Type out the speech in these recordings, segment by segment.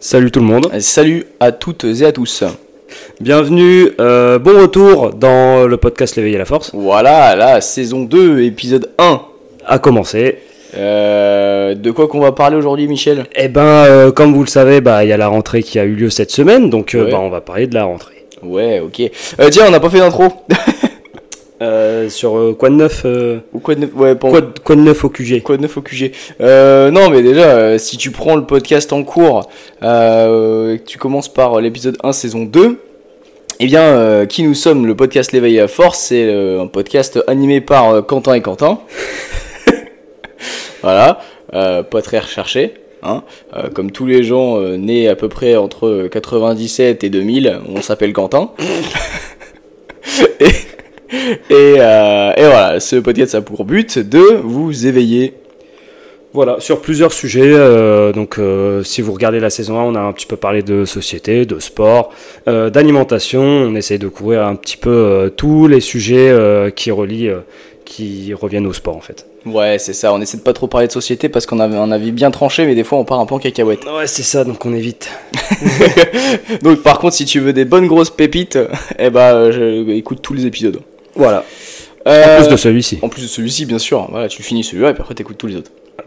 Salut tout le monde. Salut à toutes et à tous. Bienvenue, bon retour dans le podcast L'éveil à la force. Voilà, la saison 2, épisode 1. A commencé. De quoi qu'on va parler aujourd'hui, Michel? Comme vous le savez, il y a la rentrée qui a eu lieu cette semaine, donc Ouais. on va parler de la rentrée. Ouais, ok. Tiens, on n'a pas fait d'intro. Sur quoi de neuf Ou quoi de neuf? Ouais, quoi de neuf au QG? quoi de neuf au QG? Non, mais déjà, si tu prends le podcast en cours, et que tu commences par l'épisode 1, saison 2, eh bien, qui nous sommes? Le podcast L'éveil à la force, c'est un podcast animé par Quentin et Quentin. Voilà, pas très recherché. Hein. Comme tous les gens nés à peu près entre 97 et 2000, on s'appelle Quentin. et voilà, ce podcast a pour but de vous éveiller. Voilà, sur plusieurs sujets. Si vous regardez la saison 1, on a un petit peu parlé de société, de sport, d'alimentation. On essaie de couvrir un petit peu tous les sujets qui reviennent au sport en fait. Ouais, c'est ça, on essaie de pas trop parler de société parce qu'on avait un avis bien tranché, mais des fois on part un peu en cacahuète. Ouais, c'est ça, donc on évite. Donc par contre, si tu veux des bonnes grosses pépites, écoute tous les épisodes. Voilà. En plus de celui-ci. En plus de celui-ci, bien sûr. Voilà, tu finis celui-là et puis après t'écoutes tous les autres.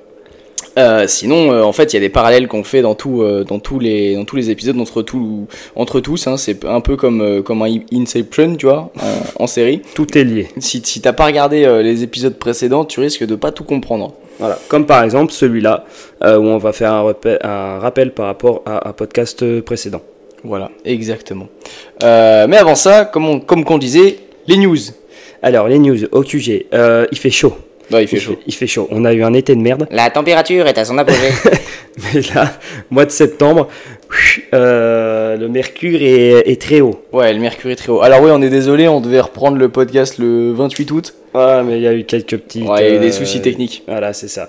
Sinon, en fait, il y a des parallèles qu'on fait dans tous les épisodes entre tous. Hein, c'est un peu comme un Inception, tu vois, en série. Tout est lié. Si t'as pas regardé les épisodes précédents, tu risques de pas tout comprendre. Voilà, comme par exemple celui-là, où on va faire un rappel par rapport à un podcast précédent. Voilà, exactement. Mais avant ça, comme qu'on disait, les news. Alors, les news au QG, il fait chaud. Ouais, il fait chaud. Il fait chaud. On a eu un été de merde. La température est à son apogée. Mais là, mois de septembre, le mercure est très haut. Ouais, le mercure est très haut. Alors oui, on est désolé, on devait reprendre le podcast le 28 août. Ouais, mais il y a eu quelques petits... Ouais, il y a eu des soucis techniques. Voilà, c'est ça.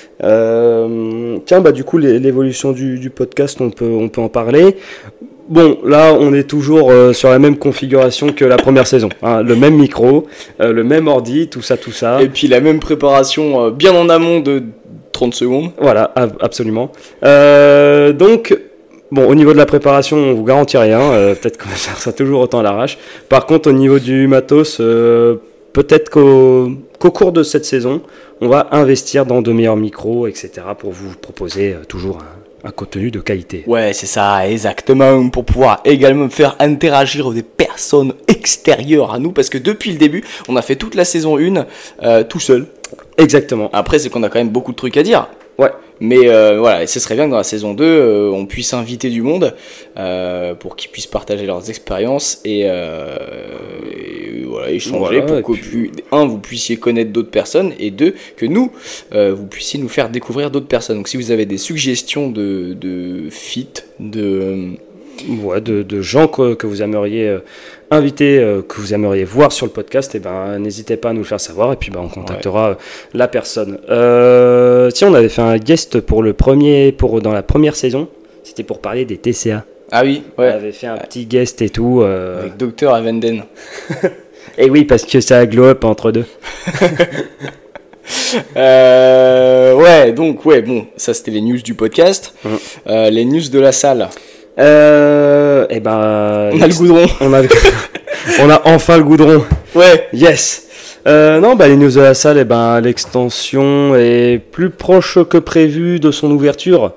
Tiens, du coup, l'évolution du podcast, on peut en parler. Bon, là, on est toujours sur la même configuration que la première saison. Hein, le même micro, le même ordi, tout ça. Et puis la même préparation bien en amont de 30 secondes. Voilà, absolument. Donc, bon, au niveau de la préparation, on vous garantit rien. Peut-être qu'on va faire ça toujours autant à l'arrache. Par contre, au niveau du matos, peut-être qu'au cours de cette saison, on va investir dans de meilleurs micros, etc. pour vous proposer toujours un contenu de qualité. Ouais, c'est ça, exactement, pour pouvoir également faire interagir des personnes extérieures à nous, parce que depuis le début, on a fait toute la saison 1 tout seul. Exactement. Après, c'est qu'on a quand même beaucoup de trucs à dire. Ouais. Mais voilà, et ce serait bien que dans la saison 2, on puisse inviter du monde pour qu'ils puissent partager leurs expériences et voilà, échanger pour que, vous puissiez connaître d'autres personnes, et 2, que nous, vous puissiez nous faire découvrir d'autres personnes. Donc si vous avez des suggestions de feats, de gens que vous aimeriez inviter, que vous aimeriez voir sur le podcast, n'hésitez pas à nous le faire savoir, et puis on contactera la personne. Tiens, on avait fait un guest dans la première saison, c'était pour parler des TCA. Ah oui, ouais. On avait fait un petit guest et tout. Avec Dr Avenden. Et oui, parce que ça glow up entre deux. Bon, ça c'était les news du podcast. Les news de la salle. On a le goudron. On a enfin le goudron. Ouais. Yes. Les news de la salle, l'extension est plus proche que prévu de son ouverture.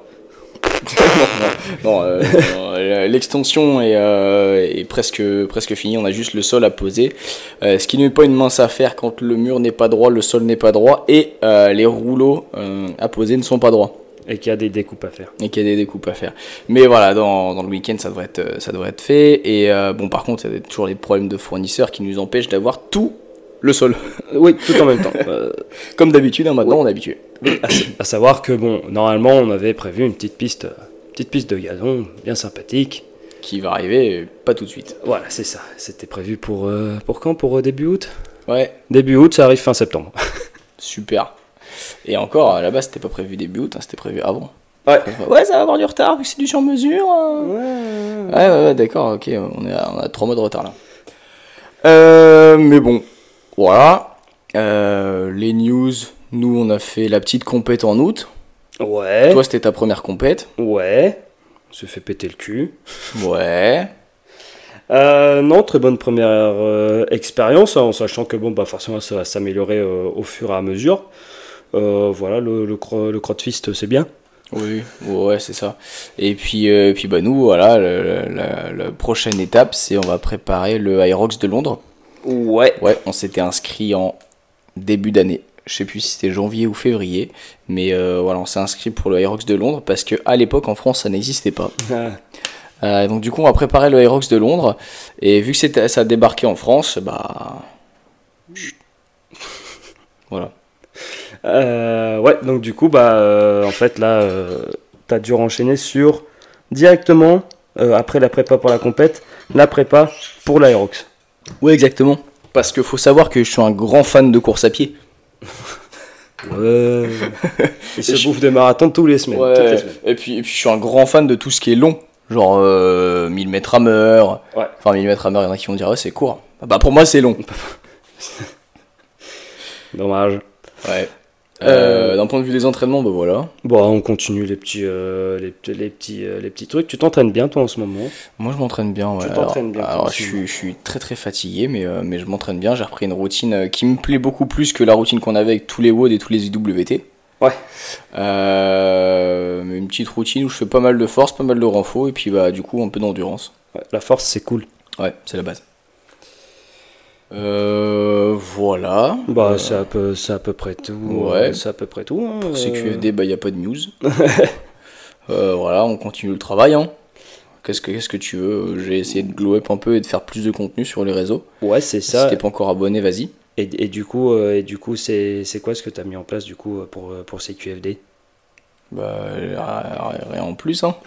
Non, l'extension est presque finie. On a juste le sol à poser. Ce qui n'est pas une mince affaire quand le mur n'est pas droit, le sol n'est pas droit et les rouleaux à poser ne sont pas droits. Et qu'il y a des découpes à faire. Mais voilà, dans le week-end, ça devrait être fait. Et par contre, il y a toujours les problèmes de fournisseurs qui nous empêchent d'avoir tout le sol. Oui, tout en même temps. Comme d'habitude, maintenant on est habitué. À savoir que, normalement, on avait prévu une petite piste de gazon bien sympathique. Qui va arriver pas tout de suite. Voilà, c'est ça. C'était prévu pour quand? Pour début août? Ouais. Début août, ça arrive fin septembre. Super. Et encore, à la base, c'était pas prévu début août, c'était prévu avant. Ouais, ça va avoir du retard vu que c'est du sur-mesure. Ouais, d'accord, ok, on a 3 mois de retard là. Mais bon, voilà. Les news, nous on a fait la petite compète en août. Ouais. Toi c'était ta première compète. Ouais. On se fait péter le cul. Ouais. Non, très bonne première expérience, en sachant que bon, bah forcément ça va s'améliorer au fur et à mesure. Voilà, le CrossFit c'est bien. Oui, ouais, c'est ça. Et puis bah nous, voilà, la prochaine étape, c'est on va préparer le Hyrox de Londres. Ouais. Ouais, on s'était inscrit en début d'année. Je sais plus si c'était janvier ou février, mais voilà, on s'est inscrit pour le Hyrox de Londres parce que à l'époque en France ça n'existait pas. Donc du coup on va préparer le Hyrox de Londres et vu que ça a débarqué en France, bah voilà. Ouais, donc du coup, bah, en fait, là, t'as dû enchaîner sur directement, après la prépa pour la compète, la prépa pour l'Aerox. Ouais, exactement. Parce qu'il faut savoir que je suis un grand fan de course à pied. Ouais. Il se bouffe des marathons tous les semaines. Ouais, toutes les semaines. et puis je suis un grand fan de tout ce qui est long. Genre 1000 mètres à l'heure. Ouais. Enfin, 1000 mètres à l'heure, il y en a qui vont dire, ouais, c'est court. Bah, pour moi, c'est long. Dommage. Ouais. D'un point de vue des entraînements, bah voilà. Bon, on continue les petits trucs. Tu t'entraînes bien, toi, en ce moment? Moi, je m'entraîne bien. Ouais. Tu t'entraînes bien. Alors je suis très très fatigué, mais je m'entraîne bien. J'ai repris une routine qui me plaît beaucoup plus que la routine qu'on avait avec tous les WOD et tous les IWT. Ouais. Une petite routine où je fais pas mal de force, pas mal de renfo, et puis bah du coup un peu d'endurance. Ouais, la force, c'est cool. Ouais, c'est la base. Voilà. Bah, c'est à peu près tout. Ouais. C'est à peu près tout. Hein, Pour CQFD, bah y a pas de news. Voilà, on continue le travail. Hein. Qu'est-ce que tu veux? J'ai essayé de glow up un peu et de faire plus de contenu sur les réseaux. Ouais, c'est ça. Si t'es pas encore abonné, vas-y. Et du coup, c'est quoi ce que tu as mis en place du coup pour CQFD? Bah, rien en plus. Hein.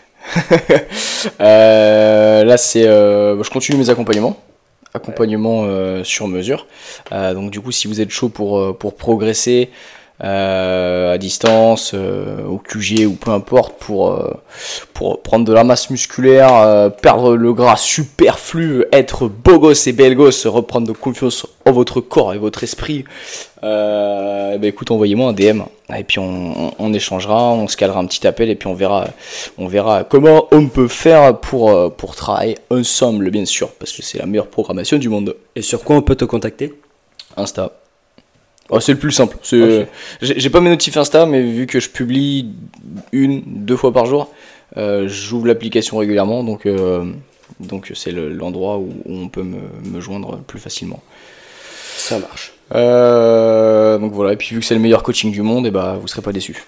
Là, je continue mes accompagnements. Accompagnement sur mesure. Donc, du coup, si vous êtes chaud pour progresser à distance, au QG ou peu importe, pour prendre de la masse musculaire, perdre le gras superflu, être beau gosse et belle gosse, reprendre de confiance en votre corps et votre esprit, bah écoute, envoyez-moi un DM et puis on échangera, on se calera un petit appel et puis on verra comment on peut faire pour travailler ensemble, bien sûr, parce que c'est la meilleure programmation du monde. Et sur quoi on peut te contacter? Insta. Oh, c'est le plus simple. Okay. J'ai pas mes notifs Insta, mais vu que je publie 1-2 fois par jour, j'ouvre l'application régulièrement, donc c'est l'endroit où on peut me joindre plus facilement. Ça marche. Donc voilà, et puis vu que c'est le meilleur coaching du monde, et bah vous serez pas déçus.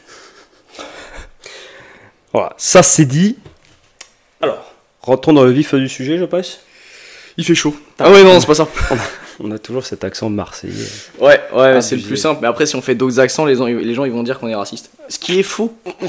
Voilà, ça c'est dit. Alors, rentrons dans le vif du sujet, je pense. Il fait chaud. Ah ouais, non, c'est pas ça. On a toujours cet accent marseillais. Ouais, c'est le plus simple. Mais après, si on fait d'autres accents, les gens ils vont dire qu'on est raciste. Ce qui est faux.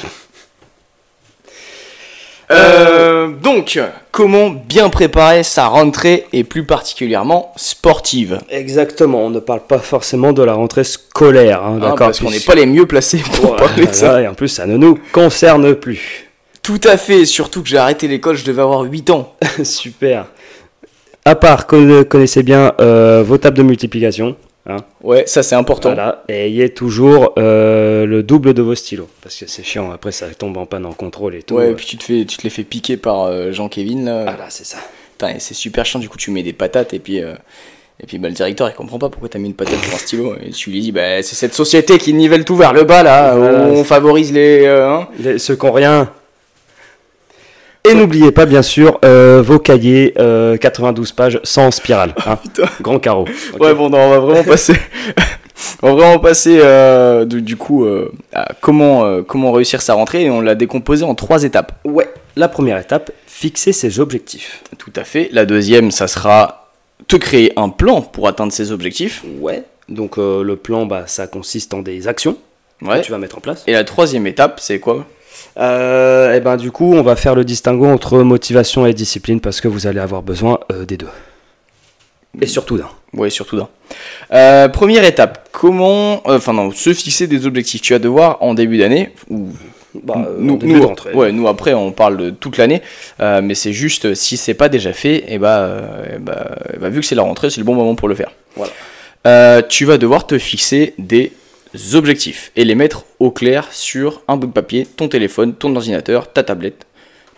Donc, comment bien préparer sa rentrée et plus particulièrement sportive? Exactement, on ne parle pas forcément de la rentrée scolaire, hein, d'accord? Parce qu'on n'est pas les mieux placés pour parler de ça. Et en plus, ça ne nous concerne plus. Tout à fait, surtout que j'ai arrêté l'école, je devais avoir 8 ans. Super. À part, connaissez bien vos tables de multiplication. Hein. Ouais, ça c'est important. Voilà, et ayez toujours le double de vos stylos. Parce que c'est chiant, après ça tombe en panne en contrôle et tout. Ouais, et puis tu te les fais piquer par Jean-Kévin. Là. Ah là, c'est ça. Putain, c'est super chiant, du coup tu mets des patates et puis bah, le directeur il comprend pas pourquoi t'as mis une patate pour un stylo. Et tu lui dis, bah c'est cette société qui nivelle tout vers le bas là, voilà, où on favorise ceux qui n'ont rien. Et n'oubliez pas, bien sûr, vos cahiers, 92 pages, sans spirale. Hein. Grand carreau. Okay. Ouais, bon, non, on va vraiment passer du coup à comment réussir sa rentrée. Et on l'a décomposé en 3 étapes. Ouais, la première étape, fixer ses objectifs. Tout à fait. La deuxième, ça sera te créer un plan pour atteindre ses objectifs. Ouais, donc le plan, bah, ça consiste en des actions que tu vas mettre en place. Et la troisième étape, c'est quoi ? Et ben du coup on va faire le distinguo entre motivation et discipline parce que vous allez avoir besoin des deux et surtout d'un. Ouais, surtout d'un. Première étape, se fixer des objectifs. Tu vas devoir en début d'année ou nous après on parle de toute l'année, mais c'est juste si c'est pas déjà fait et vu que c'est la rentrée c'est le bon moment pour le faire. Voilà. Tu vas devoir te fixer des objectifs et les mettre au clair sur un bout de papier, ton téléphone, ton ordinateur, ta tablette,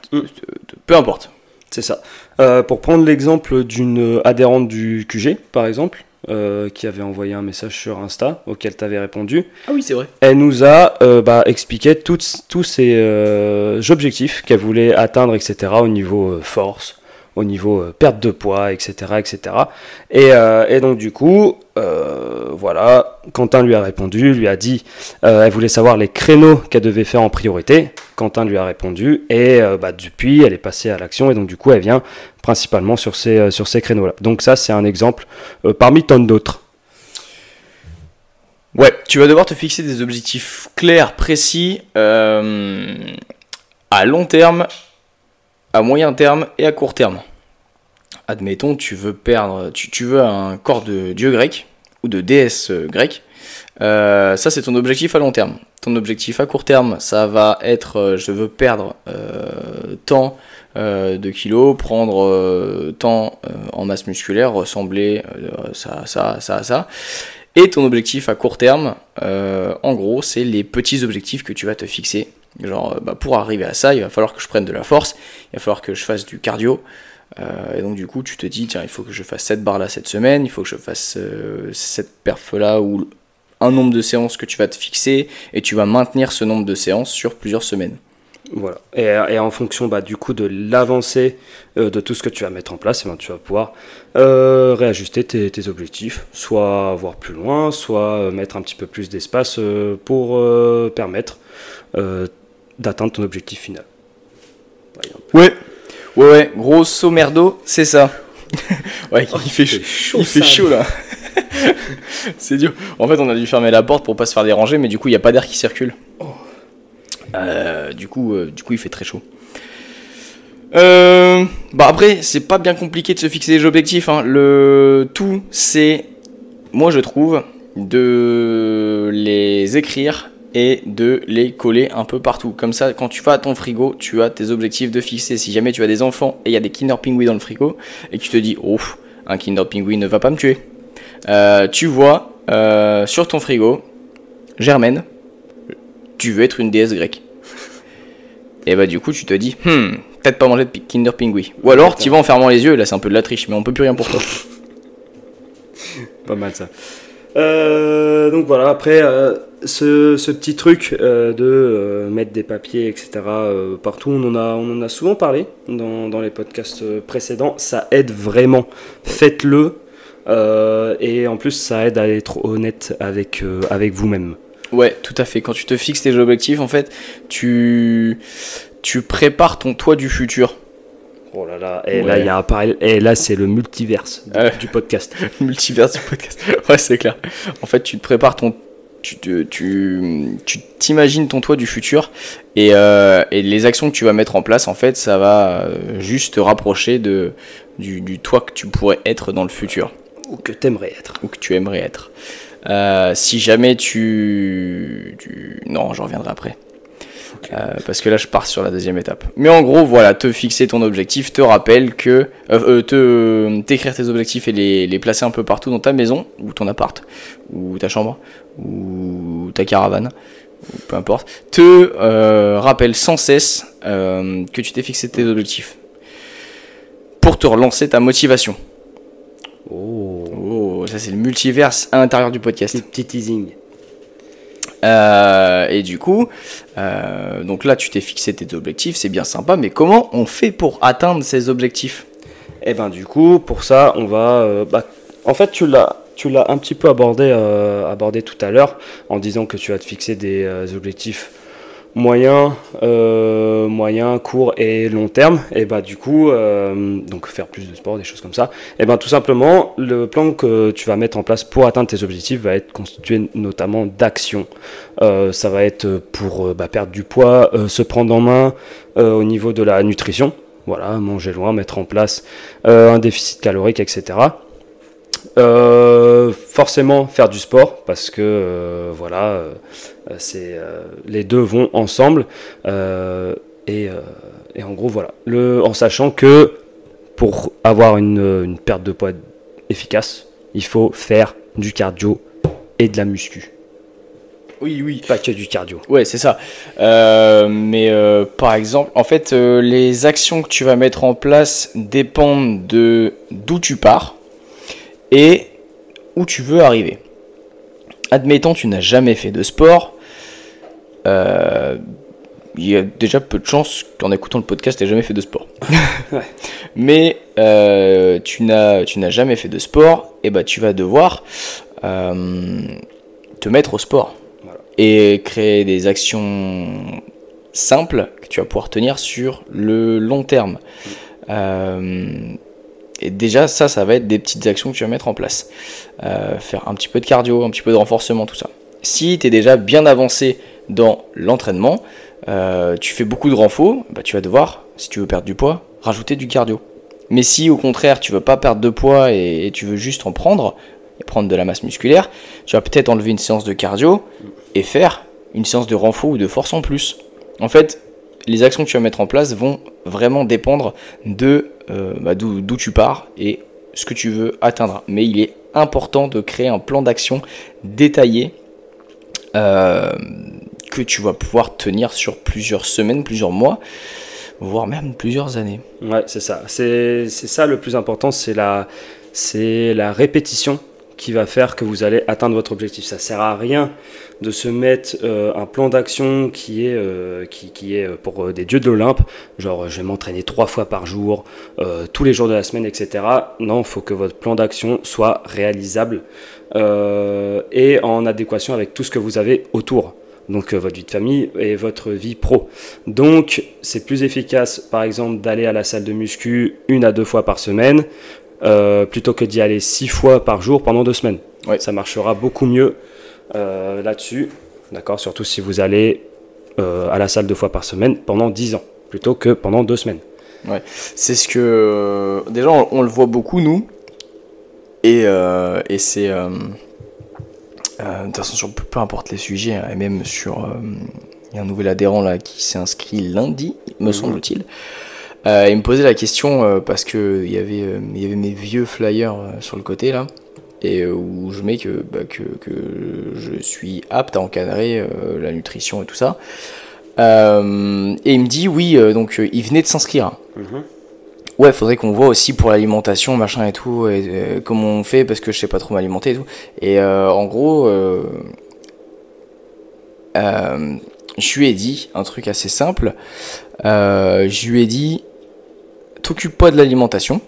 Peu importe. C'est ça. Pour prendre l'exemple d'une adhérente du QG, par exemple, qui avait envoyé un message sur Insta auquel tu avais répondu. Ah oui, c'est vrai. Elle nous a expliqué tous ces objectifs qu'elle voulait atteindre, etc., au niveau force, au niveau perte de poids, etc., etc. Et donc du coup, voilà, Quentin lui a répondu, lui a dit, elle voulait savoir les créneaux qu'elle devait faire en priorité. Quentin lui a répondu et depuis, elle est passée à l'action et donc du coup, elle vient principalement sur ces créneaux-là. Donc ça, c'est un exemple parmi tant d'autres. Ouais, tu vas devoir te fixer des objectifs clairs, précis, à long terme, à moyen terme et à court terme. Admettons, tu veux un corps de dieu grec ou de déesse grecque. Ça, c'est ton objectif à long terme. Ton objectif à court terme, ça va être je veux perdre tant de kilos, prendre tant en masse musculaire, ressembler ça. Et ton objectif à court terme, en gros, c'est les petits objectifs que tu vas te fixer. Genre, pour arriver à ça, il va falloir que je prenne de la force, il va falloir que je fasse du cardio. Et donc du coup tu te dis tiens, il faut que je fasse cette barre là cette semaine, il faut que je fasse cette perf là ou un nombre de séances que tu vas te fixer et tu vas maintenir ce nombre de séances sur plusieurs semaines. Voilà. Et en fonction du coup de l'avancée de tout ce que tu vas mettre en place, tu vas pouvoir réajuster tes objectifs, soit voir plus loin, soit mettre un petit peu plus d'espace pour permettre d'atteindre ton objectif final. Ouais, grosso merdo, c'est ça. Ouais, il fait chaud là. C'est dur. En fait, on a dû fermer la porte pour pas se faire déranger, mais du coup, il n'y a pas d'air qui circule. Du coup, il fait très chaud. Après, c'est pas bien compliqué de se fixer des objectifs. Hein. Le tout, c'est, moi je trouve, de les écrire et de les coller un peu partout. Comme ça, quand tu vas à ton frigo, tu as tes objectifs de fixer. Si jamais tu as des enfants et il y a des Kinder Pingui dans le frigo et que tu te dis, un Kinder Pingui ne va pas me tuer. Tu vois sur ton frigo, Germaine, tu veux être une déesse grecque. Et du coup, tu te dis, peut-être pas manger de Kinder Pingui. Ou alors, tu vas en fermant les yeux, là c'est un peu de la triche, mais on peut plus rien pour toi. Pas mal ça. Donc voilà, après ce petit truc de mettre des papiers, etc. Partout, on en a souvent parlé dans les podcasts précédents. Ça aide vraiment. Faites-le. Et en plus, ça aide à être honnête avec vous-même. Ouais, tout à fait. Quand tu te fixes tes objectifs, en fait, tu prépares ton toi du futur. Oh là là, et là il y a un parallèle, et là c'est le multiverse du podcast. Multiverse du podcast. Ouais, c'est clair. En fait, tu te prépares tu t'imagines ton toi du futur et les actions que tu vas mettre en place, en fait, ça va juste te rapprocher du toi que tu pourrais être dans le futur. Ou que t'aimerais être. Ou que tu aimerais être. Si jamais Non, j'en reviendrai après. Okay. Parce que là je pars sur la deuxième étape. Mais en gros, voilà, te fixer ton objectif, te rappelle que t'écrire tes objectifs et les placer un peu partout dans ta maison, ou ton appart, ou ta chambre, ou ta caravane, ou peu importe, te rappelle sans cesse que tu t'es fixé tes objectifs pour te relancer ta motivation. Oh, ça c'est le multiverse à l'intérieur du podcast. Petit teasing. Et du coup, donc là tu t'es fixé tes objectifs, c'est bien sympa, mais comment on fait pour atteindre ces objectifs ? Et du coup, pour ça, on va... en fait, tu l'as un petit peu abordé tout à l'heure, en disant que tu vas te fixer des objectifs moyen, court et long terme. Et du coup, donc faire plus de sport, des choses comme ça. Et tout simplement, le plan que tu vas mettre en place pour atteindre tes objectifs va être constitué notamment d'actions. Ça va être pour perdre du poids, se prendre en main au niveau de la nutrition. Voilà, manger loin, mettre en place un déficit calorique, etc. Forcément faire du sport parce que les deux vont ensemble et en gros voilà, en sachant que pour avoir une perte de poids efficace, il faut faire du cardio et de la muscu. Oui. Pas que du cardio. Ouais, c'est ça. Mais par exemple, en fait, les actions que tu vas mettre en place dépendent de d'où tu pars et où tu veux arriver. Admettons, tu n'as jamais fait de sport. Il y a déjà peu de chances qu'en écoutant le podcast, tu n'aies jamais fait de sport. Ouais. Mais tu n'as jamais fait de sport, et bah tu vas devoir te mettre au sport. Voilà. Et créer des actions simples que tu vas pouvoir tenir sur le long terme. Et déjà, ça va être des petites actions que tu vas mettre en place. Faire un petit peu de cardio, un petit peu de renforcement, tout ça. Si tu es déjà bien avancé dans l'entraînement, tu fais beaucoup de renfo, bah, tu vas devoir, si tu veux perdre du poids, rajouter du cardio. Mais si au contraire, tu veux pas perdre de poids et tu veux juste en prendre, et prendre de la masse musculaire, tu vas peut-être enlever une séance de cardio et faire une séance de renfo ou de force en plus. En fait, les actions que tu vas mettre en place vont vraiment dépendre de d'où tu pars et ce que tu veux atteindre. Mais il est important de créer un plan d'action détaillé que tu vas pouvoir tenir sur plusieurs semaines, plusieurs mois, voire même plusieurs années. Ouais, c'est ça. C'est ça le plus important, c'est la répétition qui va faire que vous allez atteindre votre objectif. Ça sert à rien de se mettre un plan d'action qui est pour des dieux de l'Olympe, genre je vais m'entraîner 3 fois par jour, tous les jours de la semaine, etc. Non, il faut que votre plan d'action soit réalisable et en adéquation avec tout ce que vous avez autour. Donc votre vie de famille et votre vie pro. Donc c'est plus efficace par exemple d'aller à la salle de muscu 1 à 2 fois par semaine plutôt que d'y aller 6 fois par jour pendant 2 semaines. Ouais. Ça marchera beaucoup mieux là-dessus, d'accord, surtout si vous allez à la salle 2 fois par semaine pendant 10 ans plutôt que pendant 2 semaines. Ouais, c'est ce que déjà on le voit beaucoup nous et c'est de toute façon sur peu importe les sujets hein, et même sur il y a un nouvel adhérent là qui s'est inscrit lundi me semble-t-il. Il me posait la question parce que il y avait mes vieux flyers sur le côté là et où je mets que je suis apte à encadrer la nutrition et tout ça. Et il me dit oui donc il venait de s'inscrire. Ouais, faudrait qu'on voit aussi pour l'alimentation, machin et tout, et comment on fait parce que je sais pas trop m'alimenter et tout. Et en gros, je lui ai dit un truc assez simple. Je lui ai dit, t'occupes pas de l'alimentation.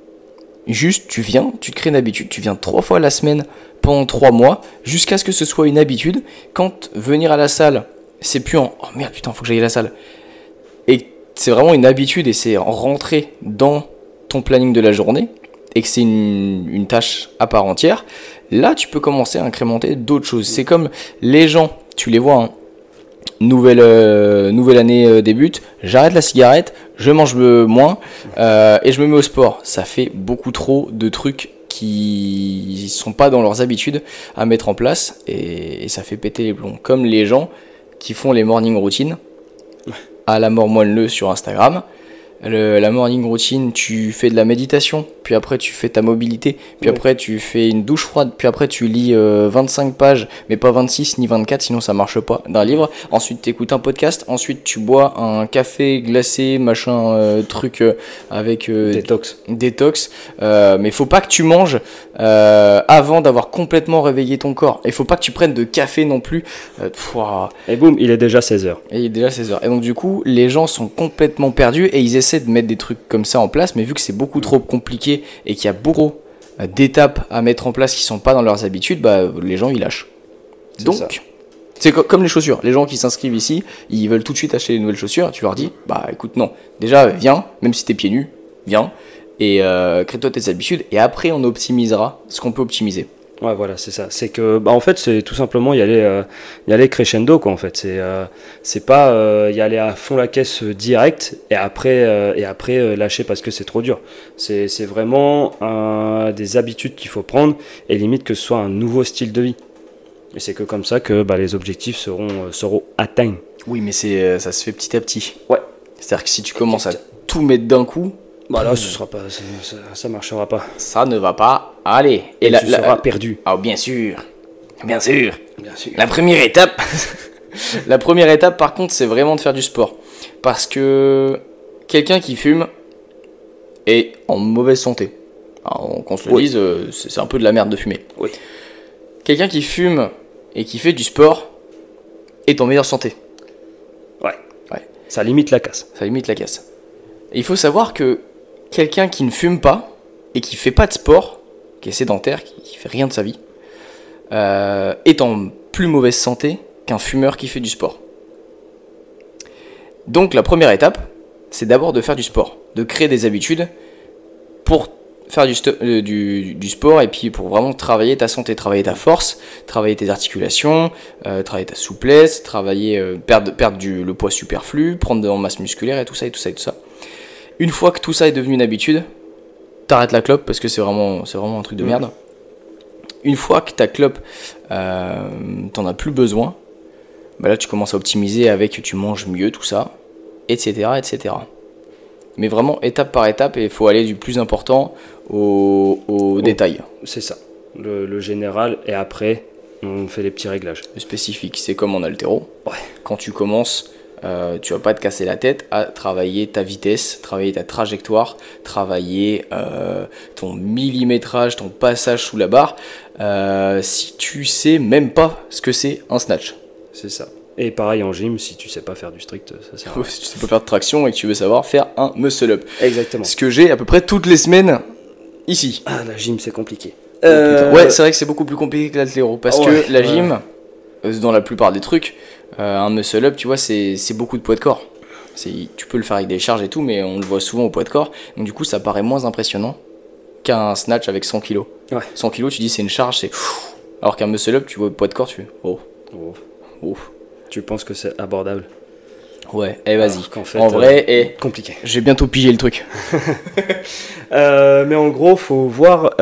Juste, tu viens, tu te crées une habitude. Tu viens 3 fois la semaine pendant 3 mois, jusqu'à ce que ce soit une habitude. Quand venir à la salle, c'est plus en oh merde putain, faut que j'aille à la salle. Et c'est vraiment une habitude et c'est rentrer dans ton planning de la journée et que c'est une tâche à part entière, là tu peux commencer à incrémenter d'autres choses. C'est comme les gens, tu les vois, hein, nouvelle année débute, j'arrête la cigarette, je mange moins et je me mets au sport. Ça fait beaucoup trop de trucs qui sont pas dans leurs habitudes à mettre en place et ça fait péter les plombs. Comme les gens qui font les morning routines à la mort moelle sur Instagram. La morning routine, tu fais de la méditation, puis après tu fais ta mobilité, puis après tu fais une douche froide, puis après tu lis 25 pages, mais pas 26 ni 24, sinon ça marche pas, d'un livre. Ensuite tu écoutes un podcast, ensuite tu bois un café glacé, machin, truc avec détox. Mais faut pas que tu manges avant d'avoir complètement réveillé ton corps. Et faut pas que tu prennes de café non plus. Et boum, il est déjà 16h. Et il est déjà 16h. Et donc du coup, les gens sont complètement perdus et ils essaient de mettre des trucs comme ça en place, mais vu que c'est beaucoup trop compliqué et qu'il y a beaucoup d'étapes à mettre en place qui sont pas dans leurs habitudes, bah les gens ils lâchent. Donc c'est comme les chaussures. Les gens qui s'inscrivent ici, ils veulent tout de suite acheter des nouvelles chaussures. Tu leur dis, bah écoute non, déjà viens, même si t'es pieds nus, viens et crée-toi tes habitudes et après on optimisera ce qu'on peut optimiser. Ouais, voilà, c'est ça. C'est que, en fait, c'est tout simplement y aller crescendo, quoi. En fait, c'est pas y aller à fond la caisse direct et après lâcher parce que c'est trop dur. C'est vraiment des habitudes qu'il faut prendre et limite que ce soit un nouveau style de vie. Et c'est que comme ça que les objectifs seront atteints. Oui, mais ça se fait petit à petit. Ouais. C'est-à-dire que si tu commences à tout mettre d'un coup. Là, ça marchera pas. Ça ne va pas aller. Et là, tu seras perdu. Ah, bien sûr. Bien sûr. Bien sûr. La première étape, par contre, c'est vraiment de faire du sport. Parce que quelqu'un qui fume est en mauvaise santé. Alors, qu'on se le dise, c'est un peu de la merde de fumer. Oui. Quelqu'un qui fume et qui fait du sport est en meilleure santé. Ouais. Ça limite la casse. Et il faut savoir que quelqu'un qui ne fume pas et qui fait pas de sport, qui est sédentaire, qui fait rien de sa vie, est en plus mauvaise santé qu'un fumeur qui fait du sport. Donc la première étape, c'est d'abord de faire du sport, de créer des habitudes pour faire du sport et puis pour vraiment travailler ta santé, travailler ta force, travailler tes articulations, travailler ta souplesse, perdre le poids superflu, prendre en masse musculaire et tout ça. Une fois que tout ça est devenu une habitude, t'arrêtes la clope parce que c'est vraiment un truc de merde. Une fois que ta clope, t'en as plus besoin, là tu commences à optimiser avec tu manges mieux, tout ça, etc. Mais vraiment étape par étape, et il faut aller du plus important au détail. C'est ça, le général, et après on fait les petits réglages. Le spécifique, c'est comme en haltéro. Ouais. Quand tu commences, tu vas pas te casser la tête à travailler ta vitesse, travailler ta trajectoire, travailler ton millimétrage, ton passage sous la barre, si tu sais même pas ce que c'est un snatch. C'est ça. Et pareil en gym, si tu sais pas faire du strict, ça sert à rien. Si tu sais pas faire de traction et que tu veux savoir faire un muscle up. Exactement. Ce que j'ai à peu près toutes les semaines ici. Ah, la gym, c'est compliqué. Ouais, c'est vrai que c'est beaucoup plus compliqué que l'haltéro. Parce que la gym, dans la plupart des trucs, un muscle up, tu vois, c'est beaucoup de poids de corps. Tu peux le faire avec des charges et tout, mais on le voit souvent au poids de corps. Donc du coup, ça paraît moins impressionnant qu'un snatch avec 100 kg. Ouais. 100 kg, tu dis c'est une charge, c'est... Alors qu'un muscle up, tu vois au poids de corps, tu fais... Oh. Tu penses que c'est abordable? Ouais, vas-y. En vrai, compliqué. J'ai bientôt pigé le truc. Mais en gros, faut voir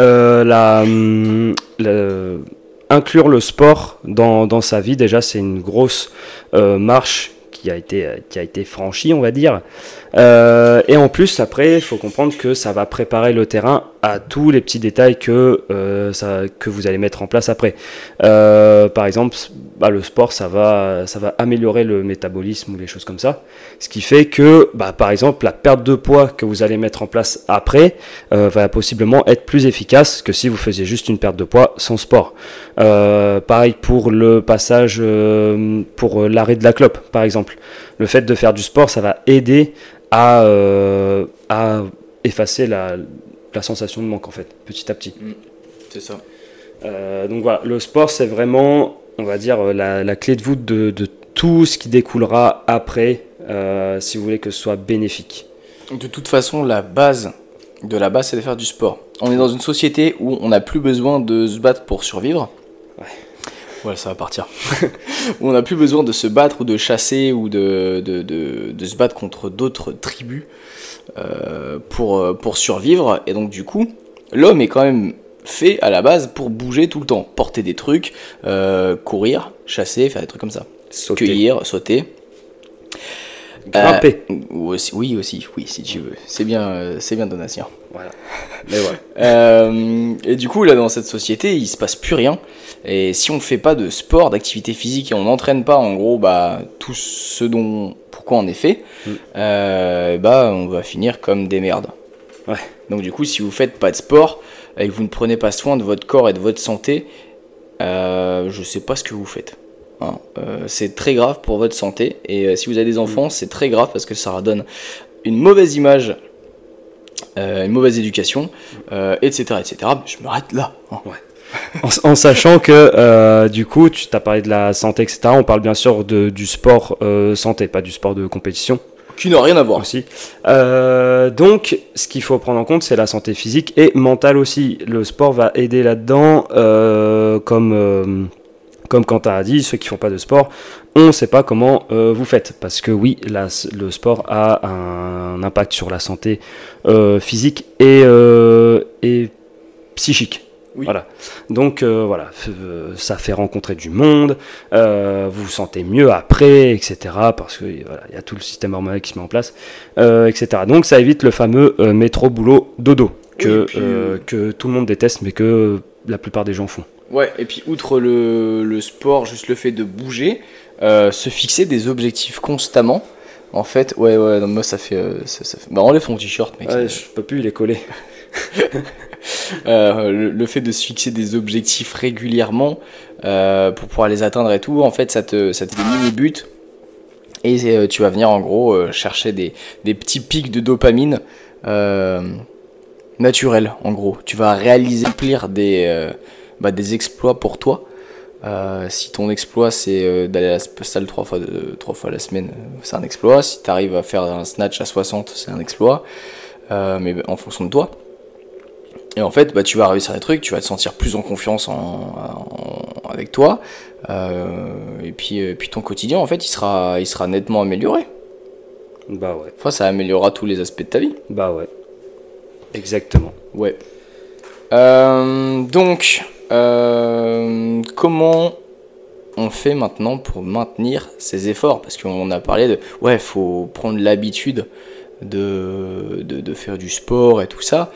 inclure le sport dans sa vie. Déjà, c'est une grosse marche qui a été franchie, on va dire. Et en plus, après, il faut comprendre que ça va préparer le terrain à tous les petits détails que vous allez mettre en place après. Par exemple, le sport, ça va améliorer le métabolisme ou les choses comme ça. Ce qui fait que, par exemple, la perte de poids que vous allez mettre en place après va possiblement être plus efficace que si vous faisiez juste une perte de poids sans sport. Pareil pour le passage, pour l'arrêt de la clope, par exemple. Le fait de faire du sport, ça va aider à effacer la sensation de manque, en fait, petit à petit. C'est ça. Donc voilà, le sport, c'est vraiment, on va dire, la clé de voûte de tout ce qui découlera après, si vous voulez que ce soit bénéfique. De toute façon, la base, c'est de faire du sport. On est dans une société où on n'a plus besoin de se battre pour survivre. Ouais, ça va partir. Où on n'a plus besoin de se battre ou de chasser ou de se battre contre d'autres tribus pour survivre. Et donc du coup, l'homme est quand même fait à la base pour bouger tout le temps. Porter des trucs, courir, chasser, faire des trucs comme ça. Cueillir, sauter. Grimper. Oui, si tu veux. C'est bien Donatien. Voilà. Mais voilà. Et du coup, là, dans cette société, il se passe plus rien. Et si on fait pas de sport, d'activité physique et on n'entraîne pas, en gros, tout ce pourquoi on est fait, on va finir comme des merdes. Ouais. Donc du coup, si vous faites pas de sport et que vous ne prenez pas soin de votre corps et de votre santé, je sais pas ce que vous faites. C'est très grave pour votre santé. Et si vous avez des enfants, c'est très grave parce que ça leur donne une mauvaise image, une mauvaise éducation, etc. Je m'arrête là. Ouais. En sachant que du coup, tu t'as parlé de la santé, etc. On parle bien sûr du sport santé, pas du sport de compétition. Qui n'a rien à voir. Aussi. Donc, ce qu'il faut prendre en compte, c'est la santé physique et mentale aussi. Le sport va aider là-dedans, comme Quentin a dit, ceux qui font pas de sport, on ne sait pas comment vous faites. Parce que oui, le sport a un impact sur la santé physique et psychique. Oui. Voilà. Donc ça fait rencontrer du monde, vous vous sentez mieux après, etc. Parce que y a tout le système hormonal qui se met en place, etc. Donc ça évite le fameux métro boulot dodo que tout le monde déteste, mais que la plupart des gens font. Ouais, et puis outre le sport, juste le fait de bouger, se fixer des objectifs constamment. En fait, non, moi ça fait, Bah, enlève ton t-shirt, mec. Ouais, je peux plus, il est collé. Le fait de se fixer des objectifs régulièrement pour pouvoir les atteindre et tout, en fait, ça te fait des mini-buts. Et tu vas venir en gros chercher des petits pics de dopamine naturels, en gros. Tu vas réaliser, accomplir des exploits pour toi. Si ton exploit c'est d'aller à la salle 3 fois la semaine, c'est un exploit. Si tu arrives à faire un snatch à 60, c'est un exploit. Mais en fonction de toi. Et en fait, tu vas réussir des trucs, tu vas te sentir plus en confiance avec toi. Et puis ton quotidien, en fait, il sera nettement amélioré. Bah ouais. Enfin, ça améliorera tous les aspects de ta vie. Bah ouais. Exactement. Ouais. Donc, comment on fait maintenant pour maintenir ces efforts? Parce qu'on a parlé de, faut prendre l'habitude de faire du sport et tout ça.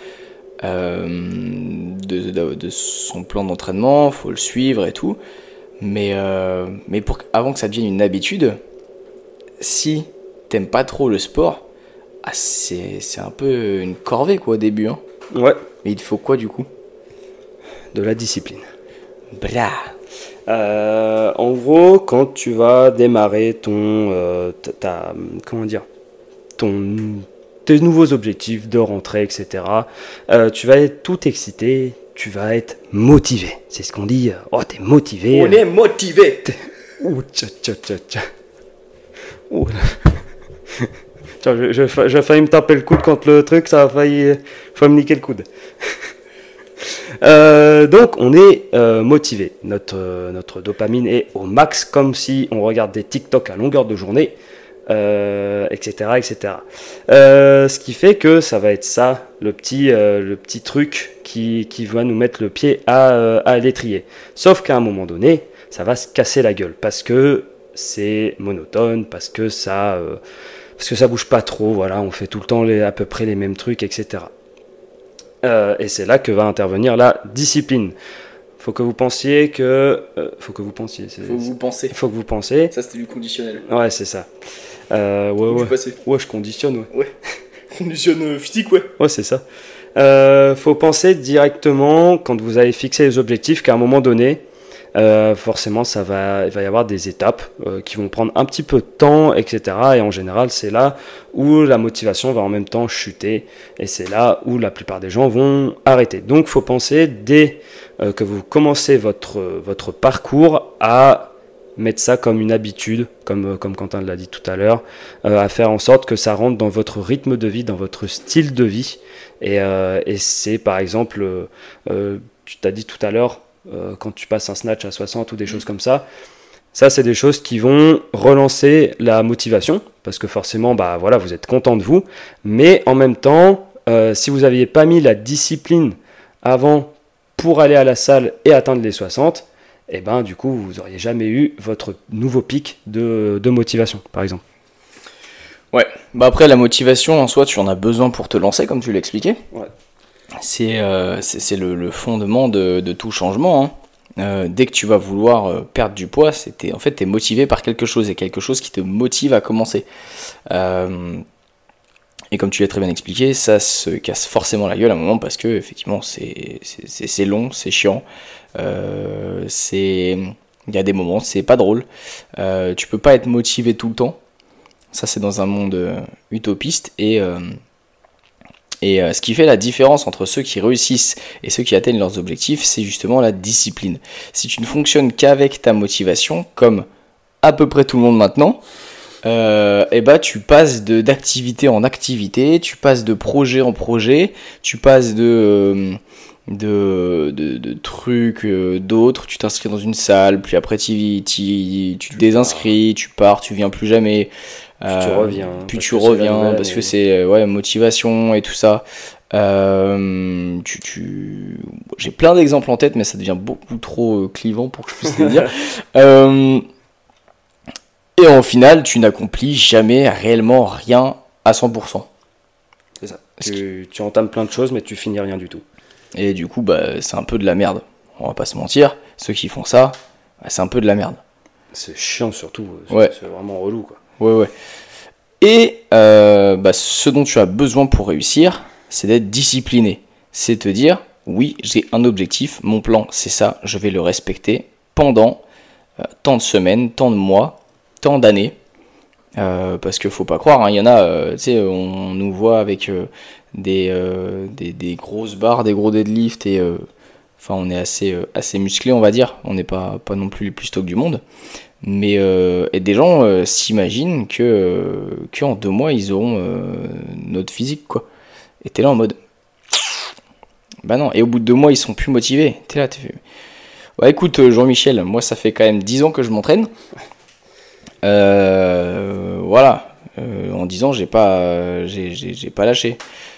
De son plan d'entraînement, faut le suivre et tout. Mais avant que ça devienne une habitude, si t'aimes pas trop le sport, c'est un peu une corvée quoi au début. Hein. Ouais. Mais il te faut quoi du coup? De la discipline. Blah. En gros, quand tu vas démarrer tes nouveaux objectifs de rentrée, etc., tu vas être tout excité, tu vas être motivé. C'est ce qu'on dit. Oh, t'es motivé. On est motivé. Ouh, tcha. Ouh. Tiens, j'ai failli me taper le coude contre le truc, ça a failli me niquer le coude. Donc on est motivé, notre dopamine est au max, comme si on regarde des TikTok à longueur de journée, etc. Ce qui fait que ça va être ça, le petit truc qui va nous mettre le pied à l'étrier. Sauf qu'à un moment donné, ça va se casser la gueule, parce que c'est monotone, parce que ça bouge pas trop, voilà, on fait tout le temps à peu près les mêmes trucs, etc. Et c'est là que va intervenir la discipline. Faut que vous pensiez. Faut que vous pensiez. Faut que vous pensiez. Ça c'était du conditionnel. Ouais, c'est ça. Ouais. Ouais, je conditionne, ouais. Conditionne physique, ouais. Ouais, c'est ça. Faut penser directement quand vous avez fixé les objectifs qu'à un moment donné, forcément, il va y avoir des étapes qui vont prendre un petit peu de temps, etc. Et en général, c'est là où la motivation va en même temps chuter. Et c'est là où la plupart des gens vont arrêter. Donc, il faut penser dès que vous commencez votre parcours à mettre ça comme une habitude, comme Quentin l'a dit tout à l'heure, à faire en sorte que ça rentre dans votre rythme de vie, dans votre style de vie. Et c'est par exemple, tu t'as dit tout à l'heure, quand tu passes un snatch à 60 ou des choses comme ça, c'est des choses qui vont relancer la motivation, parce que forcément, voilà, vous êtes content de vous, mais en même temps, si vous n'aviez pas mis la discipline avant pour aller à la salle et atteindre les 60, et du coup, vous n'auriez jamais eu votre nouveau pic de motivation, par exemple. Ouais, après, la motivation, en soi, tu en as besoin pour te lancer, comme tu l'expliquais. Ouais. C'est le fondement de tout changement. Hein. Dès que tu vas vouloir perdre du poids, en fait, tu es motivé par quelque chose, et quelque chose qui te motive à commencer. Et comme tu l'as très bien expliqué, ça se casse forcément la gueule à un moment, parce que effectivement c'est long, c'est chiant. Il y a des moments, c'est pas drôle. Tu peux pas être motivé tout le temps. Ça, c'est dans un monde utopiste. Et ce qui fait la différence entre ceux qui réussissent et ceux qui atteignent leurs objectifs, c'est justement la discipline. Si tu ne fonctionnes qu'avec ta motivation, comme à peu près tout le monde maintenant, tu passes d'activité en activité, tu passes de projet en projet, tu passes de trucs d'autres, tu t'inscris dans une salle, puis après tu te désinscris, tu pars, tu viens plus jamais. Puis tu reviens parce que c'est motivation et tout ça. J'ai plein d'exemples en tête, mais ça devient beaucoup trop clivant pour que je puisse les dire. Et en final, tu n'accomplis jamais réellement rien à 100%. C'est ça. Tu entames plein de choses, mais tu finis rien du tout. Et du coup, c'est un peu de la merde. on va pas se mentir, ceux qui font ça, c'est un peu de la merde. C'est chiant surtout, c'est vraiment relou quoi. Ouais. Et ce dont tu as besoin pour réussir, c'est d'être discipliné. C'est te dire, oui, j'ai un objectif, mon plan c'est ça, je vais le respecter pendant tant de semaines, tant de mois, tant d'années. Parce qu'il faut pas croire, il y en a, on nous voit avec des grosses barres, des gros deadlifts et on est assez musclé, on va dire. On n'est pas non plus les plus stock du monde. Mais et des gens s'imaginent qu'en 2 mois ils auront notre physique quoi. Et t'es là en mode bah non. Et au bout de 2 mois ils sont plus motivés. T'es là, ouais écoute Jean-Michel, moi ça fait quand même 10 ans que je m'entraîne. Voilà. En 10 ans j'ai pas lâché.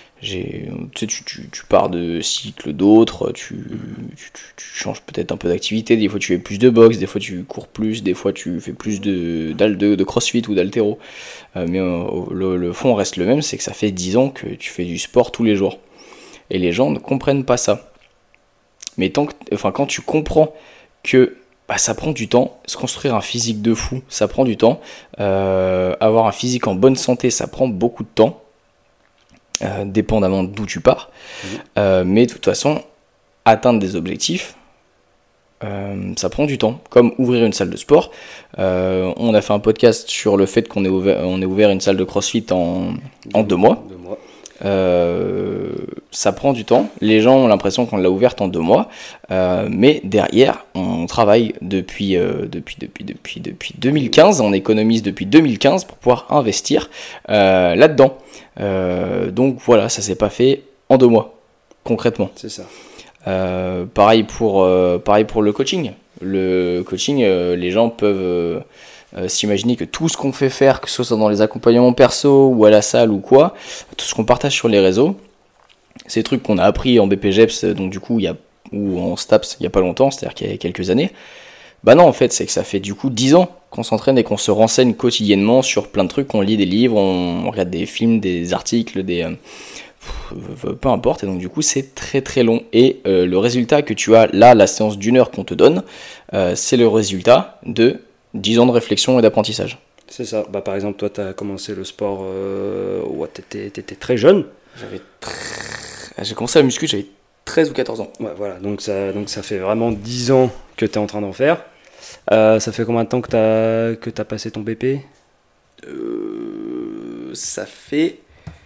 Tu pars de cycles d'autres, tu changes peut-être un peu d'activité, des fois tu fais plus de boxe, des fois tu cours plus, des fois tu fais plus de crossfit ou d'haltéro, mais le fond reste le même, c'est que ça fait 10 ans que tu fais du sport tous les jours, et les gens ne comprennent pas ça. Mais quand tu comprends que ça prend du temps, se construire un physique de fou, ça prend du temps, avoir un physique en bonne santé, ça prend beaucoup de temps, dépendamment d'où tu pars, mais de toute façon atteindre des objectifs ça prend du temps, comme ouvrir une salle de sport. On a fait un podcast sur le fait qu'on ait ouvert une salle de CrossFit en 2 mois. Ça prend du temps, les gens ont l'impression qu'on l'a ouverte en 2 mois, mais derrière on travaille depuis 2015, on économise depuis 2015 pour pouvoir investir là-dedans. Donc voilà, ça s'est pas fait en 2 mois, concrètement. C'est ça. Pareil pour le coaching. Le coaching, les gens peuvent s'imaginer que tout ce qu'on fait faire, que ce soit dans les accompagnements perso ou à la salle ou quoi, tout ce qu'on partage sur les réseaux, c'est des trucs qu'on a appris en BPGEPS, donc du coup, ou en STAPS il n'y a pas longtemps, c'est-à-dire qu'il y a quelques années. Bah non, en fait, c'est que ça fait du coup 10 ans qu'on s'entraîne et qu'on se renseigne quotidiennement sur plein de trucs, on lit des livres, on regarde des films, des articles, peu importe, et donc du coup c'est très très long, et le résultat que tu as là, la séance d'1 heure qu'on te donne, c'est le résultat de 10 ans de réflexion et d'apprentissage. C'est ça. Par exemple, toi tu as commencé le sport t'étais très jeune. J'ai commencé la muscu, j'avais 13 ou 14 ans. Ouais, voilà, donc ça fait vraiment 10 ans que tu es en train d'en faire. Ça fait combien de temps que t'as passé ton BP ? Ça fait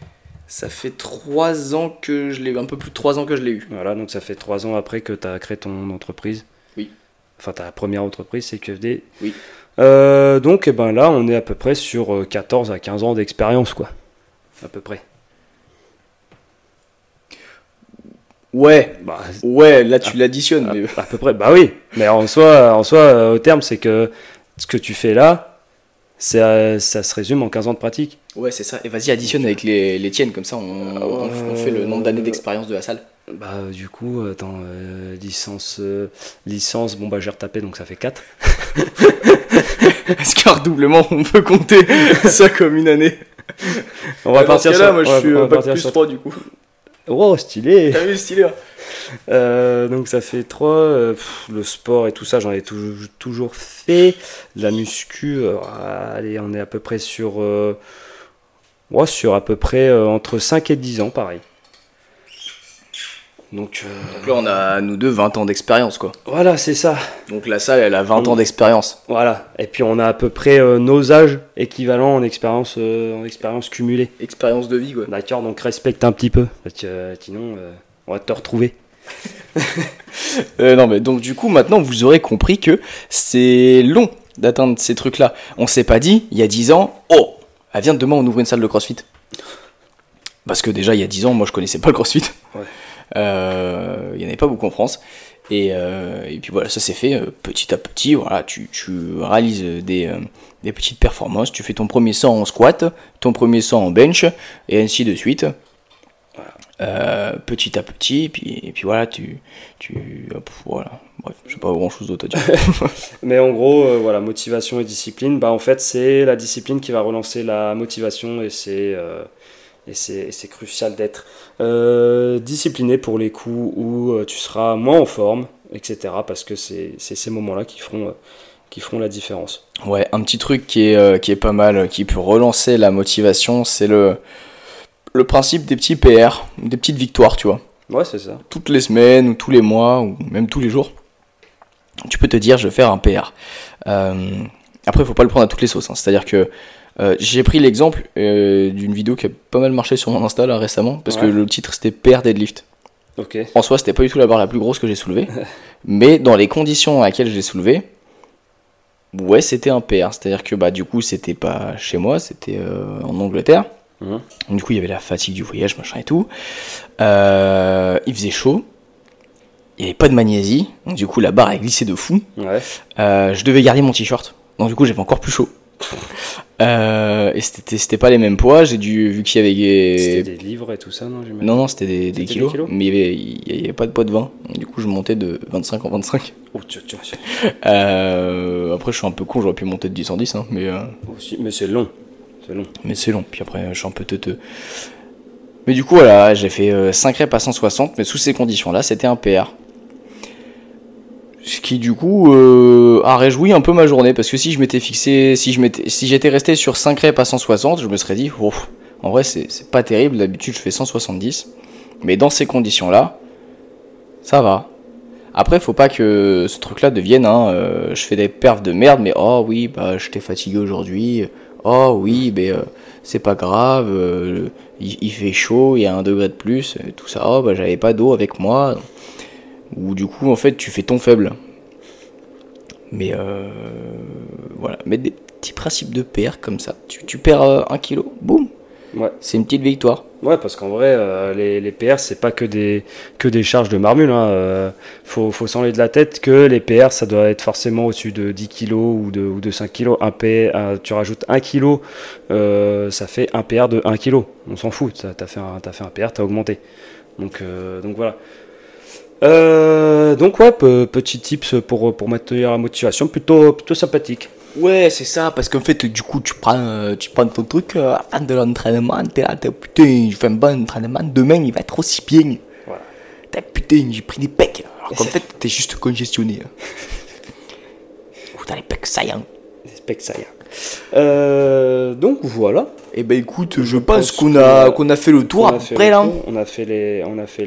3 ans que je l'ai eu, un peu plus de 3 ans que je l'ai eu. Voilà, donc ça fait 3 ans après que tu as créé ton entreprise. Oui. Enfin, ta première entreprise, c'est QFD. Oui. Donc, là, on est à peu près sur 14 à 15 ans d'expérience, quoi. À peu près. Ouais, là tu l'additionnes. Mais... À peu près, oui. Mais en soi, au terme, c'est que ce que tu fais là, ça se résume en 15 ans de pratique. Ouais, c'est ça. Et vas-y, additionne avec les tiennes, comme ça on fait le nombre d'années d'expérience de la salle. Du coup, attends, licence, j'ai retapé, donc ça fait 4. Est-ce qu'un redoublement, on peut compter ça comme une année? On va partir sur... Moi, je suis bac plus 3, du coup. Oh, stylé. T'as vu, stylé, hein. Donc ça fait 3, le sport et tout ça, j'en ai toujours fait. La muscu, allez, on est à peu près sur à peu près entre 5 et 10 ans, pareil. Donc là, on a, nous deux, 20 ans d'expérience, quoi. Voilà, c'est ça. Donc la salle, elle a 20 ans d'expérience. Voilà. Et puis on a à peu près nos âges équivalents en expérience cumulée. Expérience de vie, quoi. D'accord, donc respecte un petit peu. Parce que sinon, on va te retrouver. Non, mais donc du coup, maintenant, vous aurez compris que c'est long d'atteindre ces trucs-là. On s'est pas dit, il y a 10 ans, viens demain, on ouvre une salle de CrossFit. Parce que déjà, il y a 10 ans, moi, je connaissais pas le CrossFit. Ouais. Il n'y en avait pas beaucoup en France, et puis voilà, ça s'est fait petit à petit. Voilà, tu réalises des petites performances, tu fais ton premier 100 en squat, ton premier 100 en bench, et ainsi de suite. Voilà. Petit à petit, et puis voilà, voilà. Bref, je sais pas grand chose d'autre à dire. Mais en gros, voilà, motivation et discipline, en fait c'est la discipline qui va relancer la motivation, et Et c'est crucial d'être discipliné pour les coups où tu seras moins en forme, etc. Parce que c'est ces moments-là qui feront la différence. Ouais, un petit truc qui est pas mal, qui peut relancer la motivation, c'est le principe des petits PR, des petites victoires, tu vois. Ouais, c'est ça. Toutes les semaines, ou tous les mois, ou même tous les jours, tu peux te dire, je vais faire un PR. Après, il faut pas le prendre à toutes les sauces, hein. C'est-à-dire que j'ai pris l'exemple d'une vidéo qui a pas mal marché sur mon Insta là, récemment, parce que le titre c'était PR Deadlift. Ok. En soi, c'était pas du tout la barre la plus grosse que j'ai soulevée, mais dans les conditions dans lesquelles je l'ai soulevée, ouais, c'était un PR. C'est-à-dire que du coup, c'était pas chez moi, c'était en Angleterre. Du coup, il y avait la fatigue du voyage, machin et tout. Il faisait chaud. Il n'y avait pas de magnésie. Donc, du coup, la barre a glissé de fou. Ouais. Je devais garder mon t-shirt. Donc, du coup, j'avais encore plus chaud. Et c'était pas les mêmes poids. J'ai vu qu'il y avait. C'était des livres et tout ça, non? Non, c'était des kilos. Mais il y avait pas de poids de 20. Donc, du coup, je montais de 25 en 25. Oh, tiens. Après, je suis un peu con, j'aurais pu monter de 10 en 10. Hein, mais c'est long. Mais c'est long. Puis après, je suis un peu teuteux. Mais du coup, voilà, j'ai fait 5 reps à 160. Mais sous ces conditions-là, c'était un PR. Ce qui du coup a réjoui un peu ma journée, parce que si je m'étais fixé, si j'étais resté sur 5 reps à 160, je me serais dit, oh, en vrai c'est pas terrible, d'habitude je fais 170, mais dans ces conditions là, ça va. Après faut pas que ce truc là devienne, je fais des perfs de merde, mais oh oui, j'étais fatigué aujourd'hui, oh oui, mais c'est pas grave, il fait chaud, il y a 1 degré de plus, tout ça, oh j'avais pas d'eau avec moi. Où du coup en fait tu fais ton faible. Mais voilà, mettre des petits principes de PR comme ça. Tu perds 1 kilo, boum. Ouais. C'est une petite victoire. Ouais, parce qu'en vrai, les PR, c'est pas que des charges de marmule. Faut s'enlever de la tête que les PR, ça doit être forcément au-dessus de 10 kilos ou de 5 kilos. Tu rajoutes 1 kilo, ça fait un PR de 1 kilo. On s'en fout, t'as fait un PR, t'as augmenté. Donc voilà. Donc ouais, petit tips pour maintenir la motivation, plutôt sympathique. Ouais, c'est ça, parce qu'en fait, du coup, tu prends ton truc à la fin de l'entraînement, t'es là, putain, je fais un bon entraînement, demain il va être aussi bien. Voilà. Putain, j'ai pris des pecs, alors qu'en fait, t'es juste congestionné. Ou t'as les pecs saillants. Les pecs saillants. Donc voilà. Et écoute, je pense qu'on a fait le tour après là. On a fait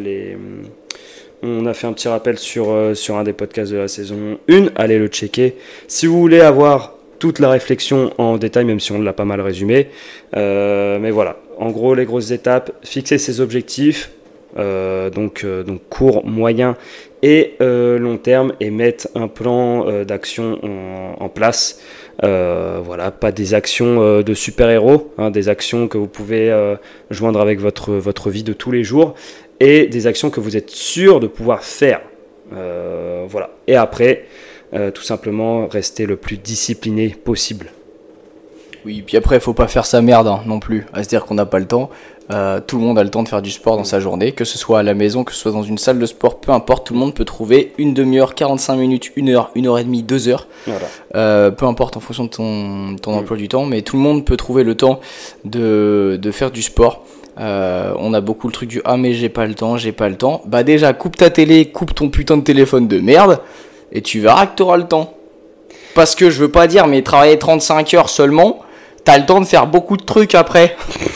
un petit rappel sur un des podcasts de la saison 1. Allez le checker. Si vous voulez avoir toute la réflexion en détail, même si on l'a pas mal résumé. Mais voilà. En gros, les grosses étapes, fixer ses objectifs, donc court, moyen et long terme, et mettre un plan d'action en place. Voilà, pas des actions de super-héros, des actions que vous pouvez joindre avec votre vie de tous les jours, et des actions que vous êtes sûr de pouvoir faire. Voilà. Et après, tout simplement, rester le plus discipliné possible. Oui, puis après, il faut pas faire sa merde non plus, à se dire qu'on n'a pas le temps. Tout le monde a le temps de faire du sport dans sa journée, que ce soit à la maison, que ce soit dans une salle de sport, peu importe, tout le monde peut trouver une demi-heure, 45 minutes, 1 heure, 1 heure et demie, 2 heures. Voilà. Peu importe en fonction de ton emploi du temps, mais tout le monde peut trouver le temps de faire du sport. On a beaucoup le truc du mais j'ai pas le temps. Déjà, coupe ta télé, coupe ton putain de téléphone de merde, et tu verras que t'auras le temps. Parce que je veux pas dire, mais travailler 35 heures seulement, t'as le temps de faire beaucoup de trucs après.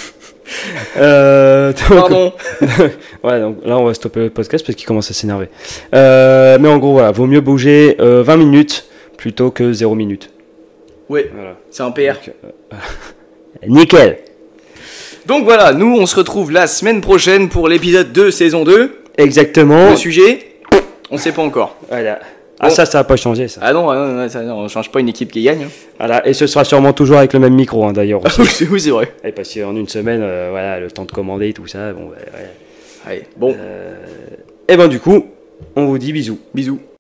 Pardon. Ouais, donc là on va stopper le podcast parce qu'il commence à s'énerver. Mais en gros, voilà, vaut mieux bouger 20 minutes plutôt que 0 minutes. Ouais, voilà. C'est un PR. Donc, nickel. Donc voilà, nous on se retrouve la semaine prochaine pour l'épisode 2 saison 2. Exactement. Le sujet, on sait pas encore. Voilà. Ah, ça va pas changer, ça. Ah non, on change pas une équipe qui gagne. Voilà, et ce sera sûrement toujours avec le même micro, d'ailleurs. Oui, c'est vrai. Et parce qu'en une semaine, voilà, le temps de commander et tout ça, bon, ouais. Allez, bon. Et ben du coup, on vous dit bisous. Bisous.